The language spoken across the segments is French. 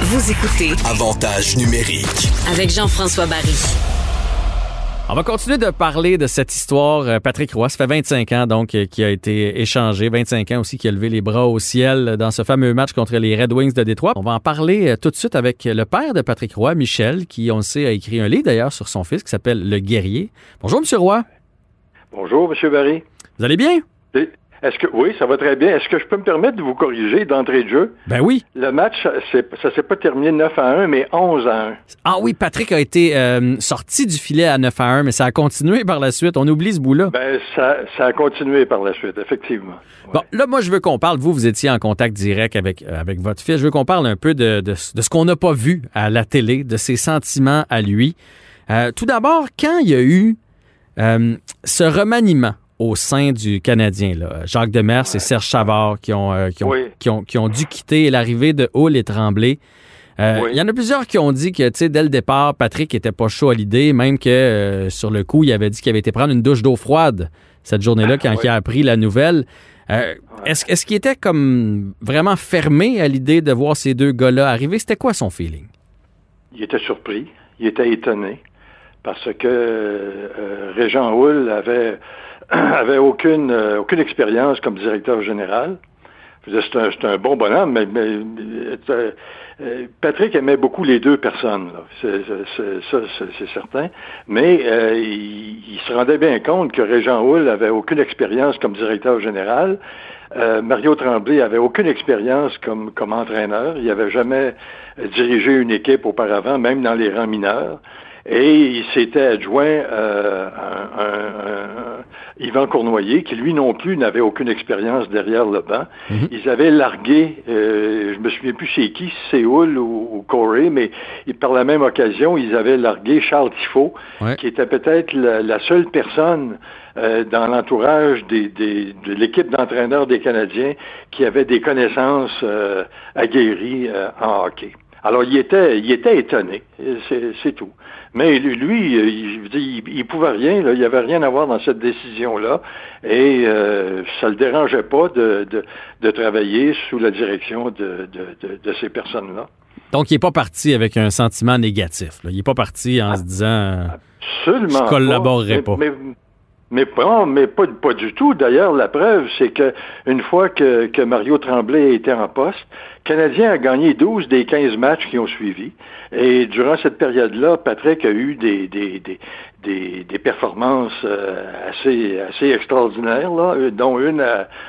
Vous écoutez Avantage numérique avec Jean-François Barry. On va continuer de parler de cette histoire. Patrick Roy, ça fait 25 ans donc qui a été échangé, 25 ans aussi qui a levé les bras au ciel dans ce fameux match contre les Red Wings de Détroit. On va en parler tout de suite avec le père de Patrick Roy, Michel, qui, on le sait, a écrit un livre d'ailleurs sur son fils qui s'appelle Le Guerrier. Bonjour, M. Roy. Bonjour, M. Barry. Vous allez bien? Oui, ça va très bien. Est-ce que je peux me permettre de vous corriger d'entrée de jeu? Ben oui. Le match, ça s'est pas terminé 9-1, mais 11-1. Ah oui, Patrick a été sorti du filet à 9-1, mais ça a continué par la suite. On oublie ce bout-là. Ben, ça a continué par la suite, effectivement. Ouais. Bon, là, moi, je veux qu'on parle. Vous étiez en contact direct avec votre fils. Je veux qu'on parle un peu de ce qu'on n'a pas vu à la télé, de ses sentiments à lui. Tout d'abord, quand il y a eu ce remaniement au sein du Canadien, là, Jacques Demers et Serge Savard qui ont dû quitter, l'arrivée de Hull et Tremblay. Il y en a plusieurs qui ont dit que, tu sais, dès le départ, Patrick était pas chaud à l'idée, même que sur le coup, il avait dit qu'il avait été prendre une douche d'eau froide cette journée-là quand il a appris la nouvelle. Est-ce qu'il était comme vraiment fermé à l'idée de voir ces deux gars-là arriver? C'était quoi son feeling? Il était surpris, il était étonné, parce que Régent Hull avait aucune expérience comme directeur général. C'est un bon bonhomme, mais Patrick aimait beaucoup les deux personnes, là. C'est certain. Mais il se rendait bien compte que Régent Hull avait aucune expérience comme directeur général. Mario Tremblay avait aucune expérience comme entraîneur. Il n'avait jamais dirigé une équipe auparavant, même dans les rangs mineurs. Et il s'était adjoint Yvan Cournoyer, qui lui non plus n'avait aucune expérience derrière le banc. Mm-hmm. Ils avaient largué, je me souviens plus c'est qui, c'est Hull ou Corey, mais par la même occasion, ils avaient largué Charles Tifo, qui était peut-être la seule personne dans l'entourage de l'équipe d'entraîneurs des Canadiens qui avait des connaissances aguerries en hockey. Alors, il était étonné, c'est tout. Mais lui, il pouvait rien, là, il n'y avait rien à voir dans cette décision-là, et ça le dérangeait pas de travailler sous la direction de ces personnes-là. Donc, il n'est pas parti avec un sentiment négatif, là. Il n'est pas parti en se disant absolument je collaborerai pas. Mais pas du tout. D'ailleurs, la preuve, c'est que une fois que Mario Tremblay était en poste, le Canadien a gagné 12 des 15 matchs qui ont suivi. Et durant cette période-là, Patrick a eu des performances assez extraordinaires, là, dont une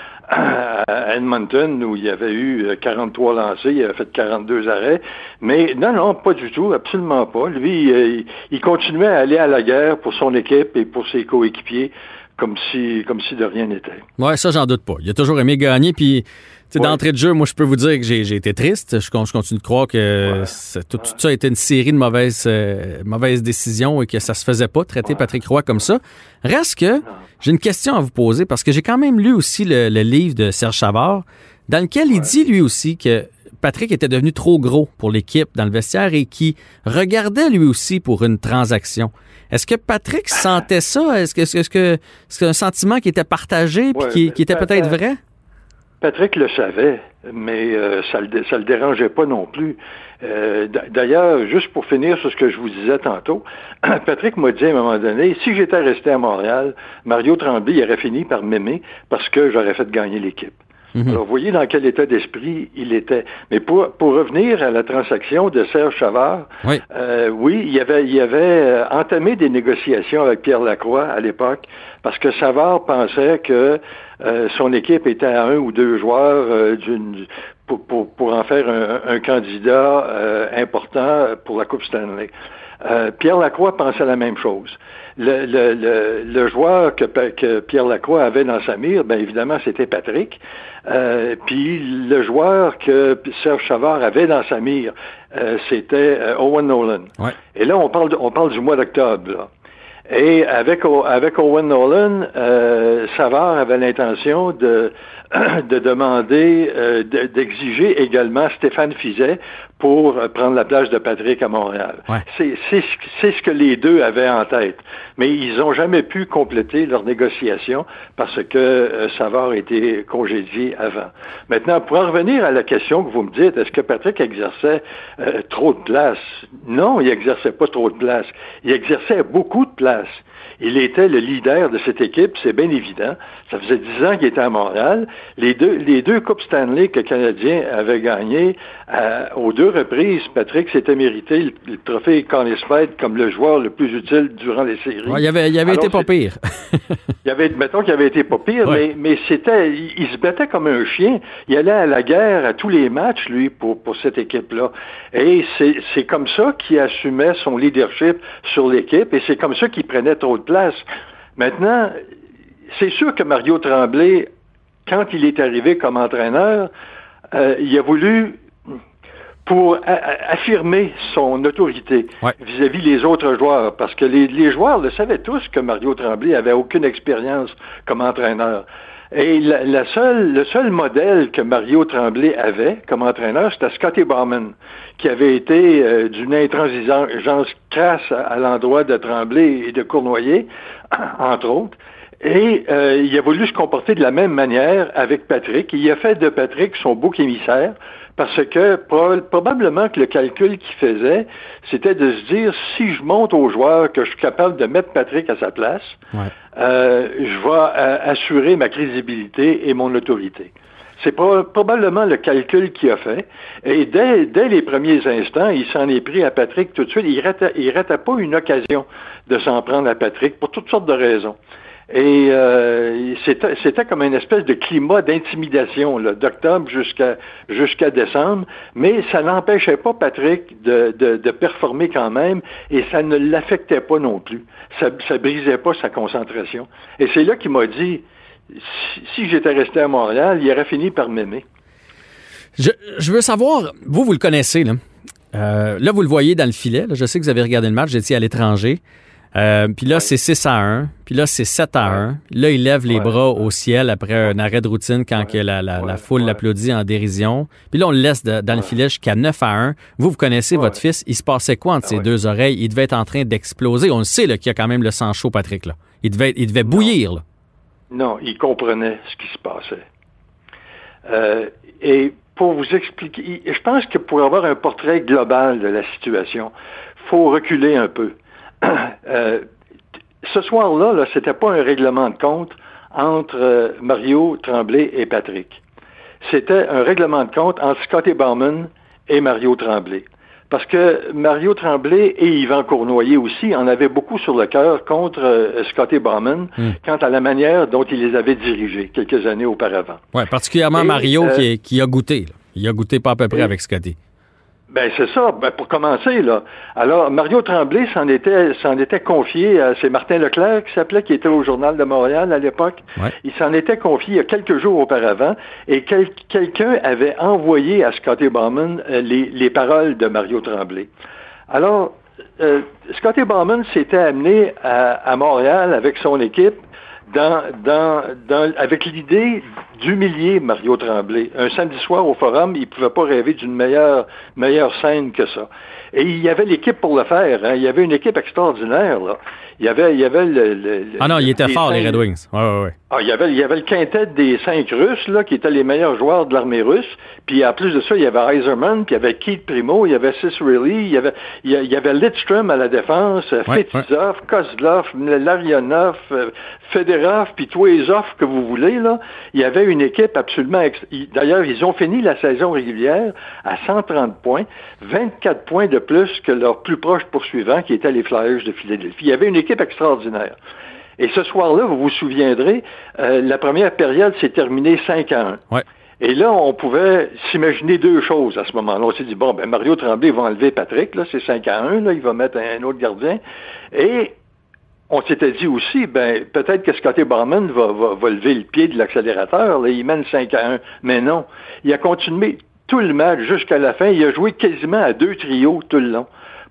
à Edmonton, où il y avait eu 43 lancés, il avait fait 42 arrêts. Mais non, pas du tout, absolument pas. Lui, il continuait à aller à la guerre pour son équipe et pour ses coéquipiers, comme si de rien n'était. Ouais, ça, j'en doute pas. Il a toujours aimé gagner, puis d'entrée de jeu, moi, je peux vous dire que j'ai été triste. Je continue de croire que tout ça a été une série de mauvaises décisions et que ça se faisait pas, traiter Patrick Roy comme ça. Reste que j'ai une question à vous poser, parce que j'ai quand même lu aussi le livre de Serge Savard, dans lequel il dit lui aussi que Patrick était devenu trop gros pour l'équipe dans le vestiaire et qui regardait lui aussi pour une transaction. Est-ce que Patrick sentait ça? Est-ce que c'est un sentiment qui était partagé et qui était peut-être vrai? Patrick le savait, mais ça le dérangeait pas non plus. D'ailleurs, juste pour finir sur ce que je vous disais tantôt, Patrick m'a dit à un moment donné, si j'étais resté à Montréal, Mario Tremblay il aurait fini par m'aimer parce que j'aurais fait gagner l'équipe. Mm-hmm. Alors, vous voyez dans quel état d'esprit il était. Mais pour revenir à la transaction de Serge Savard, il avait entamé des négociations avec Pierre Lacroix à l'époque, parce que Savard pensait que son équipe était à 1 ou 2 joueurs pour en faire un candidat important pour la Coupe Stanley. Pierre Lacroix pensait la même chose. Le joueur que Pierre Lacroix avait dans sa mire, bien évidemment, c'était Patrick. Puis le joueur que Serge Savard avait dans sa mire, c'était Owen Nolan. Ouais. Et là, on parle du mois d'octobre, là. Et avec Owen Nolan, Savard avait l'intention de demander, d'exiger également Stéphane Fiset pour prendre la place de Patrick à Montréal. Ouais. C'est ce que les deux avaient en tête. Mais ils n'ont jamais pu compléter leur négociation parce que Savard était congédié avant. Maintenant, pour en revenir à la question que vous me dites, est-ce que Patrick exerçait trop de place? Non, il exerçait pas trop de place. Il exerçait beaucoup de place. Il était le leader de cette équipe, c'est bien évident. Ça faisait 10 ans qu'il était à Montréal. Les deux Coupes Stanley que le Canadien avait gagnées, aux 2 reprises, Patrick s'était mérité le trophée Conn Smythe comme le joueur le plus utile durant les séries. Ouais, il avait été pas pire. Mettons qu'il avait été pas pire, ouais. mais il se battait comme un chien. Il allait à la guerre à tous les matchs, lui, pour cette équipe-là. Et c'est comme ça qu'il assumait son leadership sur l'équipe, et c'est comme ça qu'il prenait trop de place. Maintenant, c'est sûr que Mario Tremblay, quand il est arrivé comme entraîneur, il a voulu, pour affirmer son autorité vis-à-vis les autres joueurs, parce que les joueurs le savaient tous que Mario Tremblay avait aucune expérience comme entraîneur. Et le seul modèle que Mario Tremblay avait comme entraîneur, c'était Scotty Bowman, qui avait été d'une intransigeance crasse à l'endroit de Tremblay et de Cournoyer, entre autres. Et il a voulu se comporter de la même manière avec Patrick. Il a fait de Patrick son bouc émissaire, parce que probablement que le calcul qu'il faisait, c'était de se dire, si je montre aux joueurs que je suis capable de mettre Patrick à sa place, je vais assurer ma crédibilité et mon autorité. C'est probablement le calcul qu'il a fait. Et dès les premiers instants, il s'en est pris à Patrick tout de suite. Il ratait pas une occasion de s'en prendre à Patrick pour toutes sortes de raisons. Et c'était comme une espèce de climat d'intimidation là, d'octobre jusqu'à décembre, mais ça n'empêchait pas Patrick de performer quand même, et ça ne l'affectait pas non plus. Ça brisait pas sa concentration. Et c'est là qu'il m'a dit, si j'étais resté à Montréal, il aurait fini par m'aimer. Je veux savoir, vous le connaissez, là. Là, vous le voyez dans le filet. Là. Je sais que vous avez regardé le match, vous étiez à l'étranger. Puis là, c'est 6-1. Puis là, c'est 7-1. Là, il lève les bras au ciel après un arrêt de routine quand que la foule l'applaudit en dérision. Puis là, on le laisse dans le filet jusqu'à 9-1. Vous connaissez votre fils. Il se passait quoi entre ses deux oreilles? Il devait être en train d'exploser. On le sait là, qu'il y a quand même le sang chaud, Patrick. Là. Il devait bouillir. Là. Non, il comprenait ce qui se passait. Et pour vous expliquer, je pense que pour avoir un portrait global de la situation, il faut reculer un peu. Ce soir-là, c'était pas un règlement de compte entre Mario Tremblay et Patrick. C'était un règlement de compte entre Scotty Bowman et Mario Tremblay. Parce que Mario Tremblay et Yvan Cournoyer aussi en avaient beaucoup sur le cœur contre Scotty Bowman quant à la manière dont il les avait dirigés quelques années auparavant. Oui, particulièrement Mario qui a goûté. Là. Il a goûté pas à peu près avec Scotty. Ben c'est ça. Ben, pour commencer là. Alors Mario Tremblay s'en était confié. C'est Martin Leclerc qui était au Journal de Montréal à l'époque. Ouais. Il s'en était confié il y a quelques jours auparavant, et quelqu'un avait envoyé à Scotty Bowman les paroles de Mario Tremblay. Alors Scotty Bowman s'était amené à Montréal avec son équipe avec l'idée d'humilier Mario Tremblay. Un samedi soir au Forum, il ne pouvait pas rêver d'une meilleure scène que ça. Et il y avait l'équipe pour le faire. Hein. Il y avait une équipe extraordinaire. Là. Il y avait il était fort, les Red Wings. Ouais. Ah, il y avait le quintet des 5 Russes, là, qui étaient les meilleurs joueurs de l'armée russe. Puis en plus de ça, il y avait Yzerman, puis il y avait Keith Primo, il y avait Ciccarelli, il y avait Lidstrom à la défense, Fetisov, Kozlov, Larionov, Fedorov, puis tous les offres que vous voulez, là. Il y avait une équipe absolument... D'ailleurs, ils ont fini la saison régulière à 130 points, 24 points de plus que leur plus proche poursuivant, qui étaient les Flyers de Philadelphie. Il y avait une équipe extraordinaire. Et ce soir-là, vous vous souviendrez, la première période s'est terminée 5-1. Ouais. Et là, on pouvait s'imaginer deux choses à ce moment-là. On s'est dit, Mario Tremblay va enlever Patrick, là, c'est 5-1, là, il va mettre un autre gardien. Et on s'était dit aussi, peut-être que Scotty Bowman va lever le pied de l'accélérateur, là, il mène 5-1. Mais non, il a continué tout le match jusqu'à la fin. Il a joué quasiment à 2 trios tout le long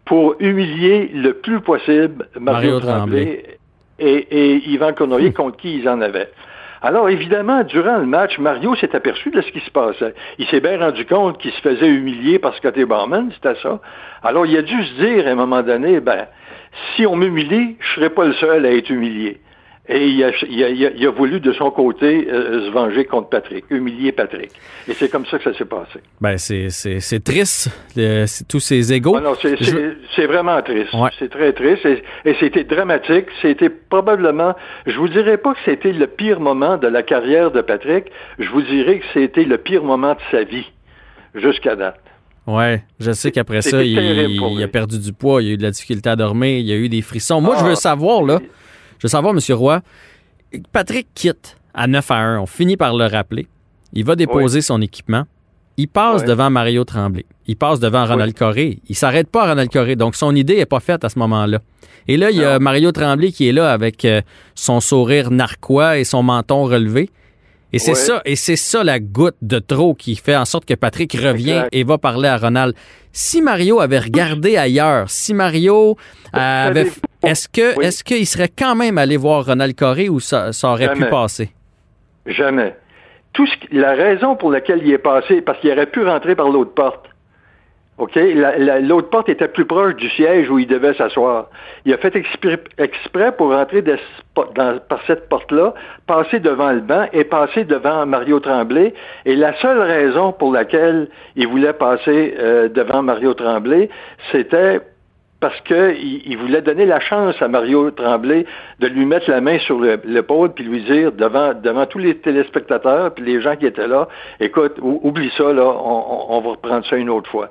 pour humilier le plus possible Mario Tremblay et Yvan Cournoyer contre qui ils en avaient. Alors, évidemment, durant le match, Mario s'est aperçu de ce qui se passait. Il s'est bien rendu compte qu'il se faisait humilier par Scotty Bowman, c'était ça. Alors, il a dû se dire, à un moment donné, si on m'humilie, je ne serai pas le seul à être humilié. Et il a voulu, de son côté, se venger contre Patrick, humilier Patrick. Et c'est comme ça que ça s'est passé. C'est triste, tous ces égos. Ah non, c'est vraiment triste. Ouais. C'est très triste. Et c'était dramatique. C'était probablement, je vous dirais pas que c'était le pire moment de la carrière de Patrick. Je vous dirais que c'était le pire moment de sa vie, jusqu'à date. Ouais, je sais qu'après ça, il a perdu du poids, il a eu de la difficulté à dormir, il a eu des frissons. Moi, je veux savoir, M. Roy, Patrick quitte à 9-1. On finit par le rappeler. Il va déposer son équipement. Il passe devant Mario Tremblay. Il passe devant Ronald Corré. Il s'arrête pas à Ronald Corré. Donc, son idée n'est pas faite à ce moment-là. Et là, il y a Mario Tremblay qui est là avec son sourire narquois et son menton relevé. Et c'est ça la goutte de trop qui fait en sorte que Patrick revient et va parler à Ronald. Si Mario avait regardé ailleurs, si Mario avait... Est-ce qu'il serait quand même allé voir Ronald Corré ou ça aurait pu passer? Jamais. La raison pour laquelle il est passé, parce qu'il aurait pu rentrer par l'autre porte. OK? L'autre porte était plus proche du siège où il devait s'asseoir. Il a fait exprès pour rentrer par cette porte-là, passer devant le banc et passer devant Mario Tremblay. Et la seule raison pour laquelle il voulait passer devant Mario Tremblay, c'était parce qu'il voulait donner la chance à Mario Tremblay de lui mettre la main sur l'épaule puis lui dire devant tous les téléspectateurs puis les gens qui étaient là, écoute, oublie ça, là, on va reprendre ça une autre fois.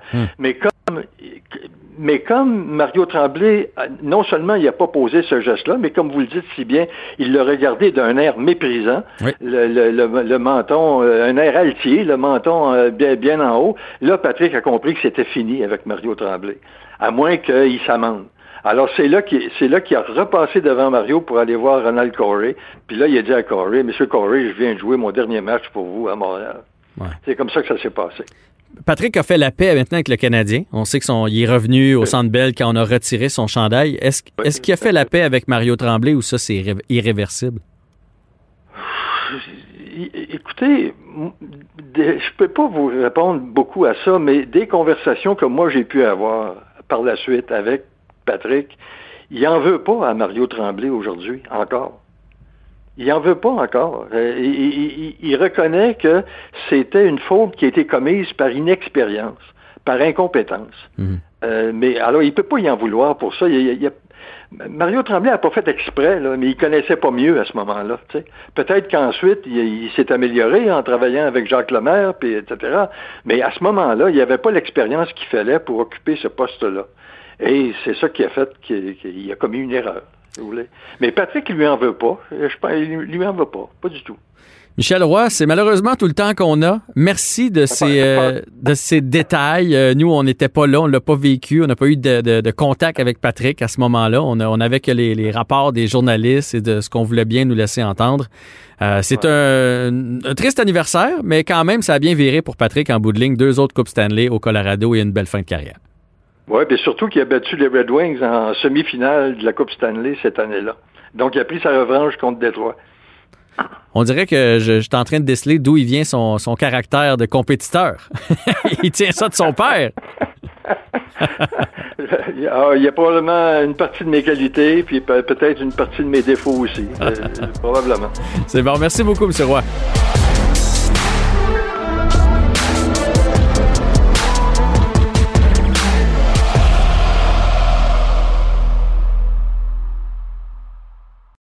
Mais comme Mario Tremblay, non seulement il n'a pas posé ce geste-là, mais comme vous le dites si bien, il l'a regardé d'un air méprisant, le menton, un air altier, le menton bien en haut. Là, Patrick a compris que c'était fini avec Mario Tremblay, à moins qu'il s'amende. Alors, c'est là qu'il a repassé devant Mario pour aller voir Ronald Corré. Puis là, il a dit à Corré, « Monsieur Corré, je viens de jouer mon dernier match pour vous à Montréal. » C'est comme ça que ça s'est passé. Patrick a fait la paix maintenant avec le Canadien. On sait qu'il est revenu au Centre Bell quand on a retiré son chandail. Est-ce qu'il a fait la paix avec Mario Tremblay ou ça, c'est irréversible? Écoutez, je peux pas vous répondre beaucoup à ça, mais des conversations que moi j'ai pu avoir par la suite avec Patrick, il en veut pas à Mario Tremblay aujourd'hui, encore. Il en veut pas encore. Il reconnaît que c'était une faute qui a été commise par inexpérience, par incompétence. Mais alors, il peut pas y en vouloir pour ça. Mario Tremblay n'a pas fait exprès, là, mais il connaissait pas mieux à ce moment-là. Tu sais. Peut-être qu'ensuite, il s'est amélioré en travaillant avec Jacques Lemaire, puis etc. Mais à ce moment-là, il n'y avait pas l'expérience qu'il fallait pour occuper ce poste-là. Et c'est ça qui a fait qu'il a commis une erreur, si vous voulez. Mais Patrick, il lui en veut pas. Il lui en veut pas du tout. Michel Roy, c'est malheureusement tout le temps qu'on a. Merci de ces détails. Nous, on n'était pas là, on l'a pas vécu, on n'a pas eu de contact avec Patrick à ce moment-là. On n'avait que les rapports des journalistes et de ce qu'on voulait bien nous laisser entendre. C'est un triste anniversaire, mais quand même, ça a bien viré pour Patrick en bout de ligne. 2 autres Coupes Stanley au Colorado et une belle fin de carrière. Oui, puis surtout qu'il a battu les Red Wings en semi-finale de la Coupe Stanley cette année-là. Donc, il a pris sa revanche contre Détroit. On dirait que je suis en train de déceler d'où il vient son caractère de compétiteur. Il tient ça de son père. Il y a probablement une partie de mes qualités, puis peut-être une partie de mes défauts aussi. Probablement. C'est bon. Merci beaucoup, M. Roy.